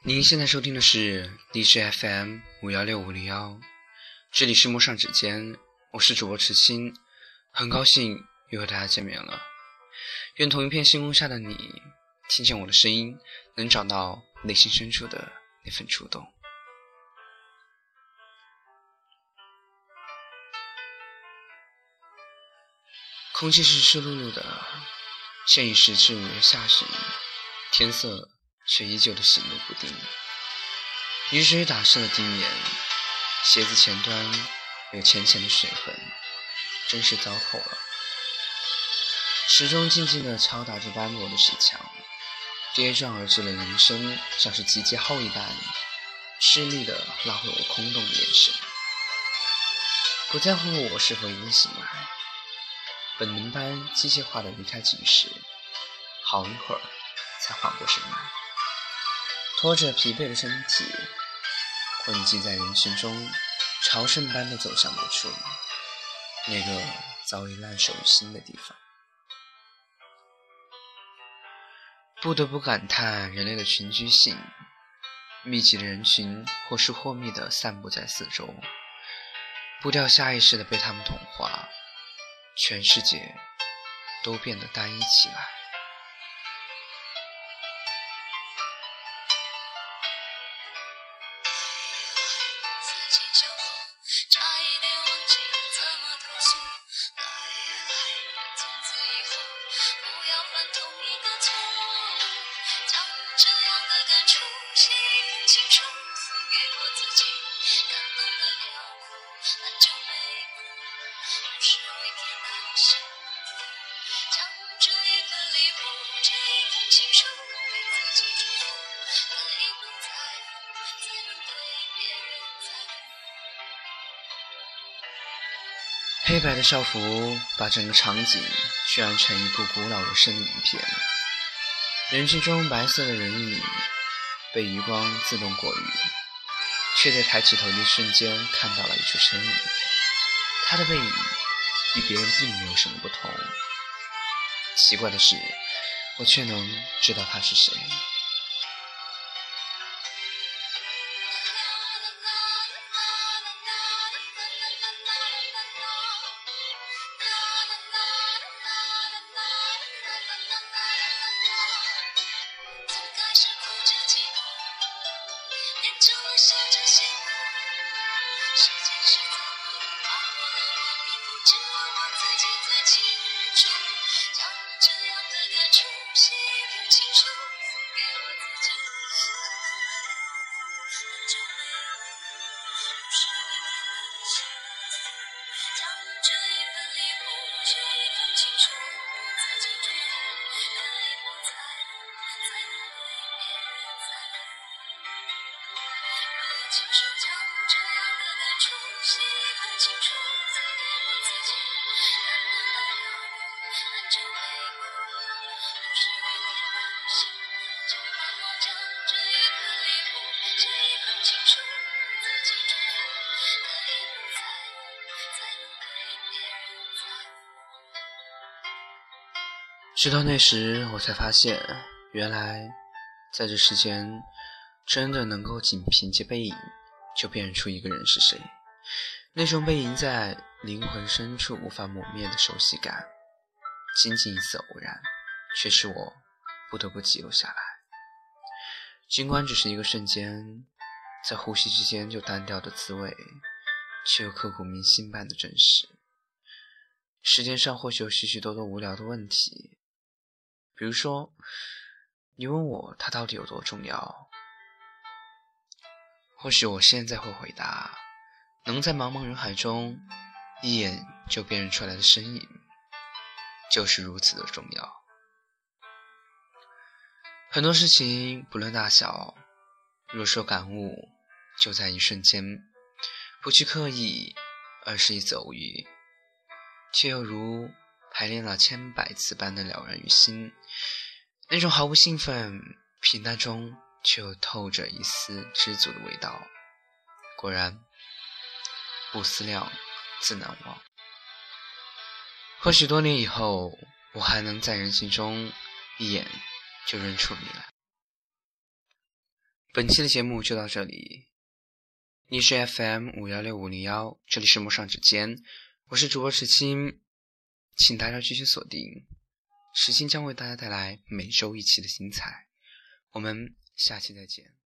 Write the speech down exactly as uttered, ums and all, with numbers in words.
您现在收听的是荔枝 F M 五一六五零一，这里是陌上指尖，我是主播池心，很高兴又和大家见面了。愿同一片星空下的你，听见我的声音，能找到内心深处的那份触动。空气是湿漉漉的，现已是至五月下旬，天色却依旧的喜怒不定。雨水打湿了地面，鞋子前端有浅浅的水痕，真是糟透了。时钟静静地敲打着斑驳的石墙，跌撞而至的铃声像是集结号一般，吃力地拉回我空洞的眼神。不在乎我是否已经醒来，本能般机械化地离开寝室，好一会儿才缓过神来，拖着疲惫的身体混迹在人群中，朝圣般地走向某处，那个早已烂熟于心的地方。不得不感叹人类的群居性，密集的人群或疏或密地散布在四周，步调下意识地被他们同化，全世界都变得单一起来。黑白的校服把整个场景渲染成一部古老而生的影片，人群中白色的人影被余光自动过滤，却在抬起头的一瞬间看到了一处身影。他的背影与别人并没有什么不同，奇怪的是，我却能知道他是谁。直到那时，我才发现，原来在这世间，真的能够仅凭借背影就辨认出一个人是谁。那种被印在灵魂深处无法磨灭的熟悉感，仅仅一次偶然，却使我不得不记录下来。尽管只是一个瞬间，在呼吸之间就单调的滋味，却又刻骨铭心般的真实。世界上或许有许许多多无聊的问题，比如说，你问我它到底有多重要，或许我现在会回答，能在茫茫人海中一眼就辨认出来的身影，就是如此的重要。很多事情不论大小，若说感悟，就在一瞬间，不去刻意，而是一次偶遇，却又如排练了千百次般的了然于心，那种毫无兴奋，平淡中却又透着一丝知足的味道。果然，不思量，自难忘。或许多年以后，我还能在人群中一眼就认出你来。 本期的节目就到这里。你是 F M 五一六五零一，这里是陌上指尖，我是主播石青，请大家继续锁定，石青将为大家带来每周一期的精彩，我们下期再见。